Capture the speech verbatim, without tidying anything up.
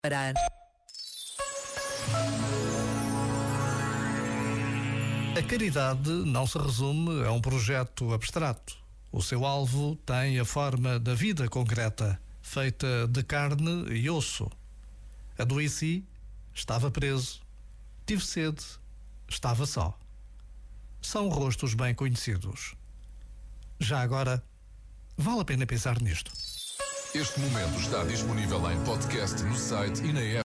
Parar. A caridade não se resume a um projeto abstrato. O seu alvo tem a forma da vida concreta, feita de carne e osso. Adoeci, estava preso. Tive sede, estava só. São rostos bem conhecidos. Já agora, vale a pena pensar nisto. Este momento está disponível em podcast no site e na app.